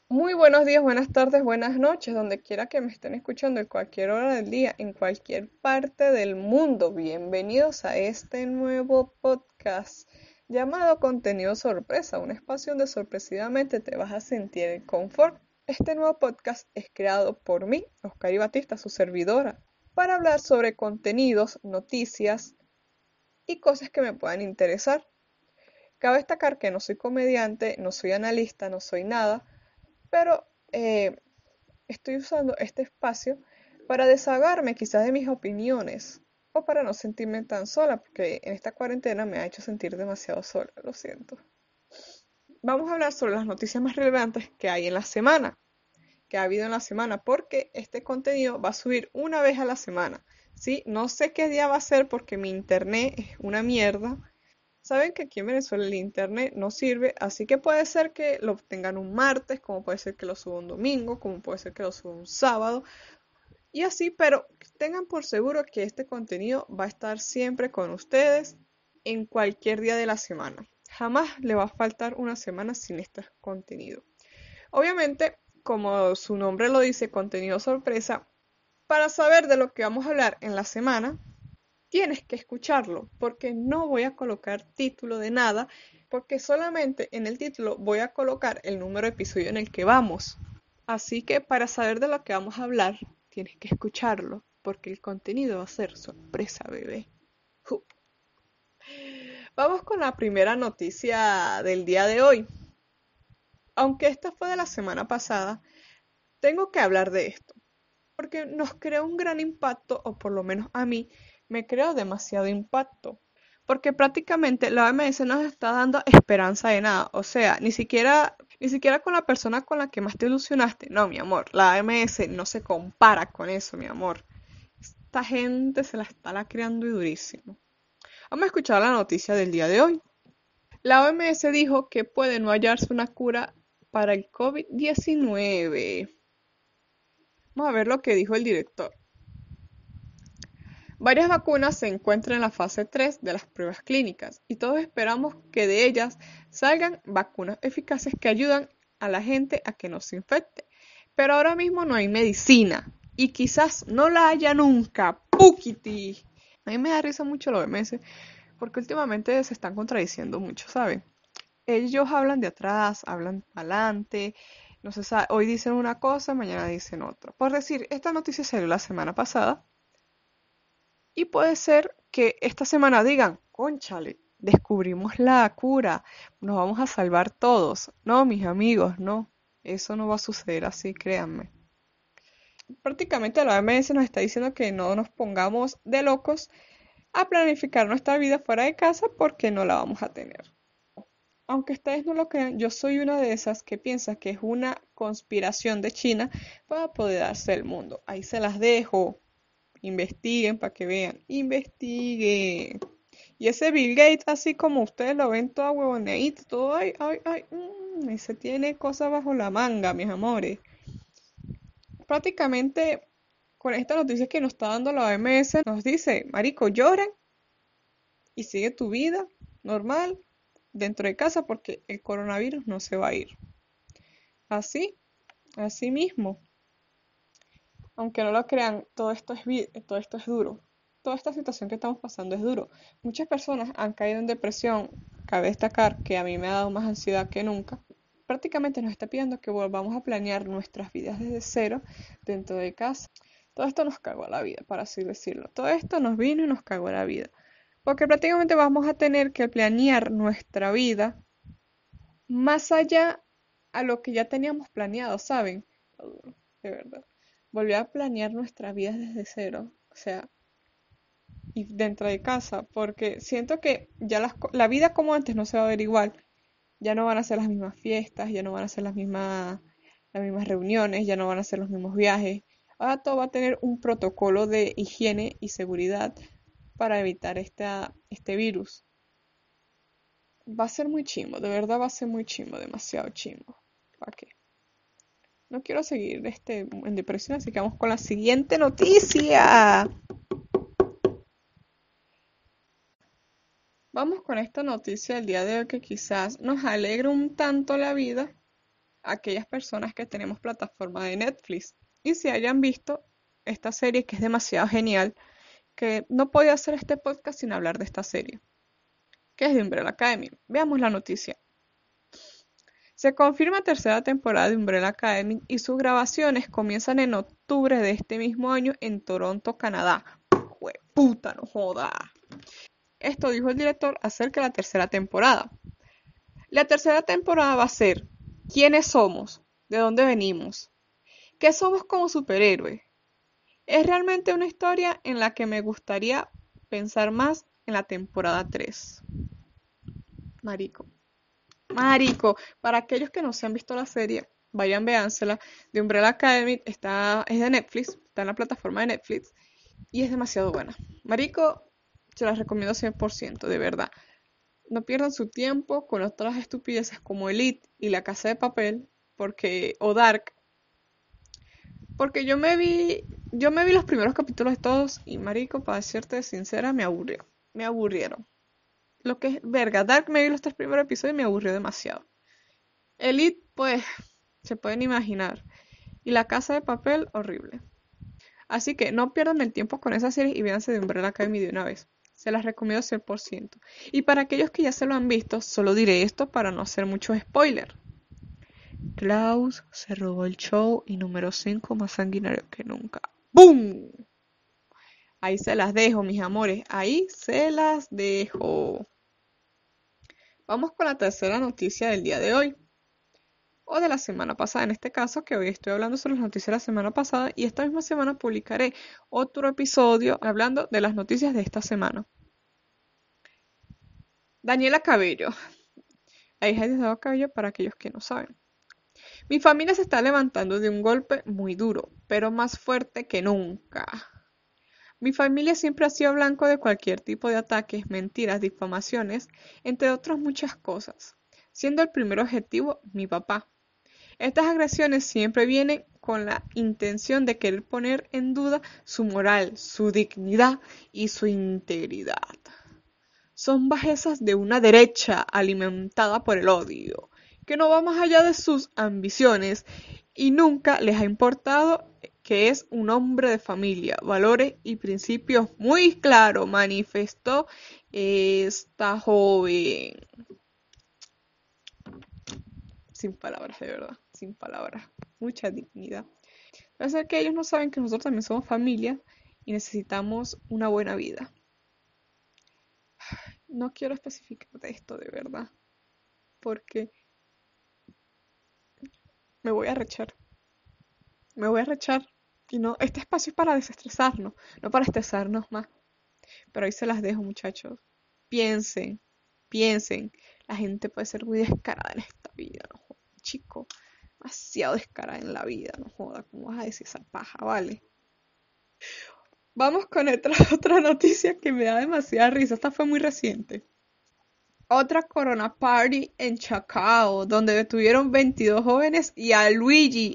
Muy buenos días, buenas tardes, buenas noches, donde quiera que me estén escuchando, en cualquier hora del día, en cualquier parte del mundo. Bienvenidos a este nuevo podcast llamado Contenido Sorpresa, un espacio donde sorpresivamente te vas a sentir en confort. Este nuevo podcast es creado por mí, Oscar Batista, su servidora, para hablar sobre contenidos, noticias y cosas que me puedan interesar. Cabe destacar que no soy comediante, no soy analista, no soy nada, pero estoy usando este espacio para desahogarme quizás de mis opiniones o para no sentirme tan sola, porque en esta cuarentena me ha hecho sentir demasiado sola, lo siento. Vamos a hablar sobre las noticias más relevantes que hay en la semana, que ha habido en la semana, porque este contenido va a subir una vez a la semana. ¿Sí? No sé qué día va a ser porque mi internet es una mierda. Saben que aquí en Venezuela el internet no sirve, así que puede ser que lo tengan un martes, como puede ser que lo suba un domingo, como puede ser que lo suba un sábado, y así, pero tengan por seguro que este contenido va a estar siempre con ustedes en cualquier día de la semana. Jamás le va a faltar una semana sin este contenido. Obviamente, como su nombre lo dice, contenido sorpresa, para saber de lo que vamos a hablar en la semana, tienes que escucharlo, porque no voy a colocar título de nada, porque solamente en el título voy a colocar el número de episodio en el que vamos. Así que para saber de lo que vamos a hablar, tienes que escucharlo, porque el contenido va a ser sorpresa, bebé. Ju. Vamos con la primera noticia del día de hoy. Aunque esta fue de la semana pasada, tengo que hablar de esto, porque nos creó un gran impacto, o por lo menos a mí, me creó demasiado impacto. Porque prácticamente la OMS nos está dando esperanza de nada. O sea, ni siquiera con la persona con la que más te ilusionaste. No, mi amor, la OMS no se compara con eso, mi amor. Esta gente se la está lacreando y durísimo. Vamos a escuchar la noticia del día de hoy. La OMS dijo que puede no hallarse una cura para el COVID-19. Vamos a ver lo que dijo el director. Varias vacunas se encuentran en la fase 3 de las pruebas clínicas y todos esperamos que de ellas salgan vacunas eficaces que ayudan a la gente a que no se infecte. Pero ahora mismo no hay medicina y quizás no la haya nunca. ¡Pukiti! A mí me da risa mucho lo de Messi porque últimamente se están contradiciendo mucho, ¿saben? Ellos hablan de atrás, hablan adelante, no se sabe, hoy dicen una cosa, mañana dicen otra. Por decir, esta noticia salió la semana pasada y puede ser que esta semana digan, cónchale, descubrimos la cura, nos vamos a salvar todos. No, mis amigos, no, eso no va a suceder así, créanme. Prácticamente la OMS nos está diciendo que no nos pongamos de locos a planificar nuestra vida fuera de casa porque no la vamos a tener. Aunque ustedes no lo crean, yo soy una de esas que piensa que es una conspiración de China para apoderarse del mundo. Ahí se las dejo. Investiguen para que vean. Investiguen. Y ese Bill Gates, así como ustedes lo ven todo huevoneadito, todo, ay, ay, ay, ese tiene cosas bajo la manga, mis amores. Prácticamente, con esta noticia que nos está dando la OMS, nos dice, marico, lloren y sigue tu vida normal dentro de casa porque el coronavirus no se va a ir. Así, así mismo. Aunque no lo crean, todo esto es duro. Toda esta situación que estamos pasando es duro. Muchas personas han caído en depresión. Cabe destacar que a mí me ha dado más ansiedad que nunca. Prácticamente nos está pidiendo que volvamos a planear nuestras vidas desde cero dentro de casa. Todo esto nos cagó la vida, para así decirlo. Todo esto nos vino y nos cagó la vida. Porque prácticamente vamos a tener que planear nuestra vida más allá a lo que ya teníamos planeado, ¿saben? De verdad. Volver a planear nuestra vida desde cero, o sea, y dentro de casa, porque siento que ya la vida como antes no se va a ver igual. Ya no van a ser las mismas fiestas, ya no van a ser las mismas reuniones, ya no van a ser los mismos viajes. Ahora todo va a tener un protocolo de higiene y seguridad para evitar este virus. Va a ser muy chimbo, de verdad va a ser muy chimbo, demasiado chimbo. ¿Para qué? No quiero seguir en depresión, así que vamos con la siguiente noticia. Vamos con esta noticia del día de hoy que quizás nos alegra un tanto la vida, aquellas personas que tenemos plataforma de Netflix y si hayan visto esta serie que es demasiado genial, que no podía hacer este podcast sin hablar de esta serie, que es de Umbrella Academy. Veamos la noticia. Se confirma tercera temporada de Umbrella Academy y sus grabaciones comienzan en octubre de este mismo año en Toronto, Canadá. ¡Puta, no joda! Esto dijo el director acerca de la tercera temporada. La tercera temporada va a ser ¿quiénes somos? ¿De dónde venimos? ¿Qué somos como superhéroes? Es realmente una historia en la que me gustaría pensar más en la temporada 3. Marico. Marico, para aquellos que no se han visto la serie, vayan véansela. De Umbrella Academy es de Netflix, está en la plataforma de Netflix y es demasiado buena. Marico, se las recomiendo 100%, de verdad. No pierdan su tiempo con otras estupideces como Elite y La Casa de Papel, o Dark, porque yo me vi los primeros capítulos de todos y marico, para serte sincera, me aburrieron. Lo que es verga, Dark me vi los 3 primeros episodios y me aburrió demasiado. Elite, pues, se pueden imaginar. Y La Casa de Papel, horrible. Así que no pierdan el tiempo con esa serie y véanse de Umbrella Academy de una vez. Se las recomiendo 100%. Y para aquellos que ya se lo han visto, solo diré esto para no hacer mucho spoiler. Klaus se robó el show y número 5 más sanguinario que nunca. ¡Bum! Ahí se las dejo, mis amores. Ahí se las dejo. Vamos con la tercera noticia del día de hoy. O de la semana pasada, en este caso, que hoy estoy hablando sobre las noticias de la semana pasada y esta misma semana publicaré otro episodio hablando de las noticias de esta semana. Daniela Cabello. La hija de Diosdado Cabello para aquellos que no saben. Mi familia se está levantando de un golpe muy duro, pero más fuerte que nunca. Mi familia siempre ha sido blanco de cualquier tipo de ataques, mentiras, difamaciones, entre otras muchas cosas, siendo el primer objetivo mi papá. Estas agresiones siempre vienen con la intención de querer poner en duda su moral, su dignidad y su integridad. Son bajezas de una derecha alimentada por el odio, que no va más allá de sus ambiciones y nunca les ha importado que es un hombre de familia, valores y principios muy claros, manifestó esta joven. Sin palabras, de verdad, sin palabras. Mucha dignidad. Parece ser que ellos no saben que nosotros también somos familia y necesitamos una buena vida. No quiero especificar de esto, de verdad, porque me voy a rechar. Me voy a rechar. Y no, este espacio es para desestresarnos, no para estresarnos más. Pero ahí se las dejo, muchachos. Piensen, piensen. La gente puede ser muy descarada en esta vida, no joda. Chico, demasiado descarada en la vida, no joda. ¿Cómo vas a decir esa paja, vale? Vamos con otra noticia que me da demasiada risa. Esta fue muy reciente. Otra Corona Party en Chacao, donde detuvieron 22 jóvenes y a Luigi,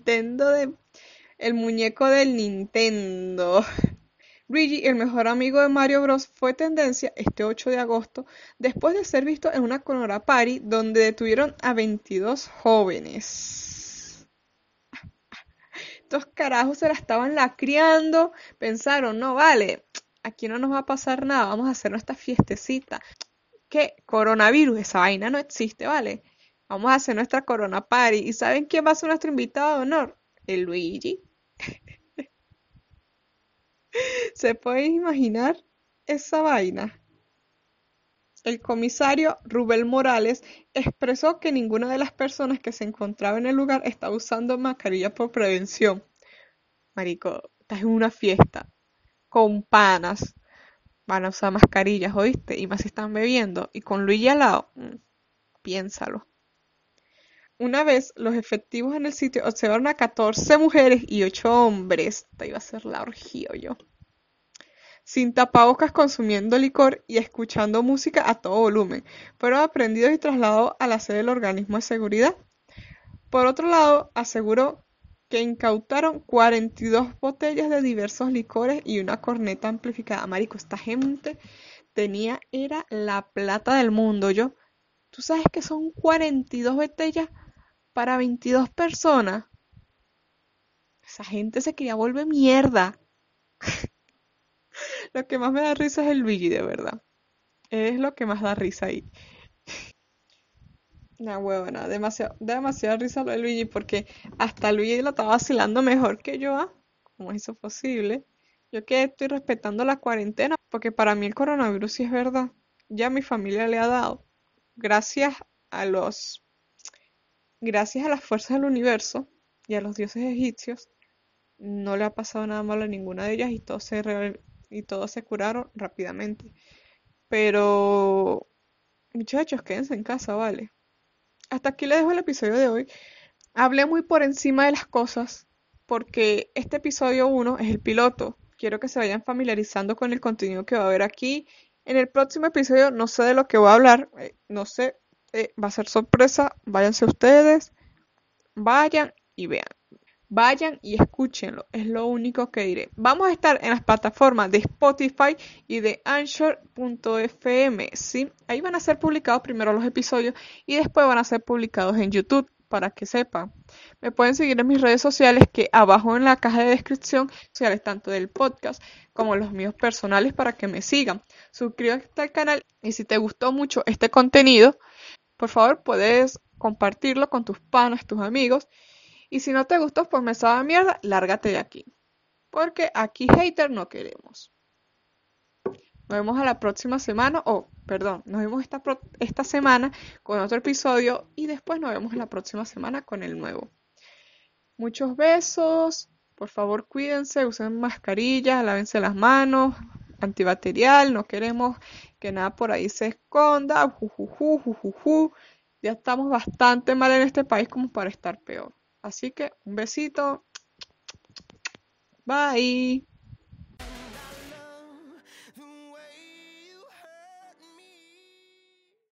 el muñeco del Nintendo. Luigi, el mejor amigo de Mario Bros, fue tendencia este 8 de agosto después de ser visto en una Corona Party donde detuvieron a 22 jóvenes. Estos carajos se la estaban lacriando, pensaron, no vale, aquí no nos va a pasar nada, vamos a hacer nuestra fiestecita. ¿Qué? Coronavirus, esa vaina no existe, ¿vale? Vamos a hacer nuestra Corona Party. ¿Y saben quién va a ser nuestro invitado de honor? El Luigi. ¿Se pueden imaginar esa vaina? El comisario Rubén Morales expresó que ninguna de las personas que se encontraba en el lugar estaba usando mascarilla por prevención. Marico, estás en una fiesta con panas. Van a usar mascarillas, ¿oíste? Y más si están bebiendo. Y con Luigi al lado, piénsalo. Una vez los efectivos en el sitio observaron a 14 mujeres y 8 hombres. Esta iba a ser la orgía, yo. Sin tapabocas consumiendo licor y escuchando música a todo volumen. Fueron aprendidos y trasladados a la sede del organismo de seguridad. Por otro lado, aseguró que incautaron 42 botellas de diversos licores y una corneta amplificada. Marico, esta gente era la plata del mundo, yo. ¿Tú sabes que son 42 botellas para 22 personas. Esa gente se quería volver mierda. Lo que más me da risa es el Luigi, de verdad. Es lo que más da risa ahí. Una huevona, demasiado, da demasiada risa lo de Luigi porque hasta Luigi lo estaba vacilando mejor que yo, ¿ah? ¿Cómo es eso posible? Yo que estoy respetando la cuarentena porque para mí el coronavirus sí es verdad. Ya mi familia le ha dado. Gracias a los, gracias a las fuerzas del universo y a los dioses egipcios, no le ha pasado nada malo a ninguna de ellas y todos se curaron rápidamente. Pero, muchachos, quédense en casa, ¿vale? Hasta aquí les dejo el episodio de hoy. Hablé muy por encima de las cosas porque este episodio uno es el piloto. Quiero que se vayan familiarizando con el contenido que va a haber aquí. En el próximo episodio no sé de lo que voy a hablar, no sé, va a ser sorpresa. Váyanse ustedes, vayan y vean. Vayan y escúchenlo, es lo único que diré. Vamos a estar en las plataformas de Spotify y de Anchor.fm, ¿sí? Ahí van a ser publicados primero los episodios y después van a ser publicados en YouTube, para que sepan. Me pueden seguir en mis redes sociales que abajo en la caja de descripción, sociales tanto del podcast como los míos personales para que me sigan. Suscríbete al canal y si te gustó mucho este contenido, por favor puedes compartirlo con tus panas, tus amigos y si no te gustó, pues me sabe mierda, lárgate de aquí. Porque aquí hater no queremos. Nos vemos a la próxima semana, perdón, nos vemos esta semana con otro episodio y después nos vemos la próxima semana con el nuevo. Muchos besos, por favor cuídense, usen mascarillas, lávense las manos, antibacterial, no queremos que nada por ahí se esconda. Ya estamos bastante mal en este país como para estar peor. Así que un besito. Bye.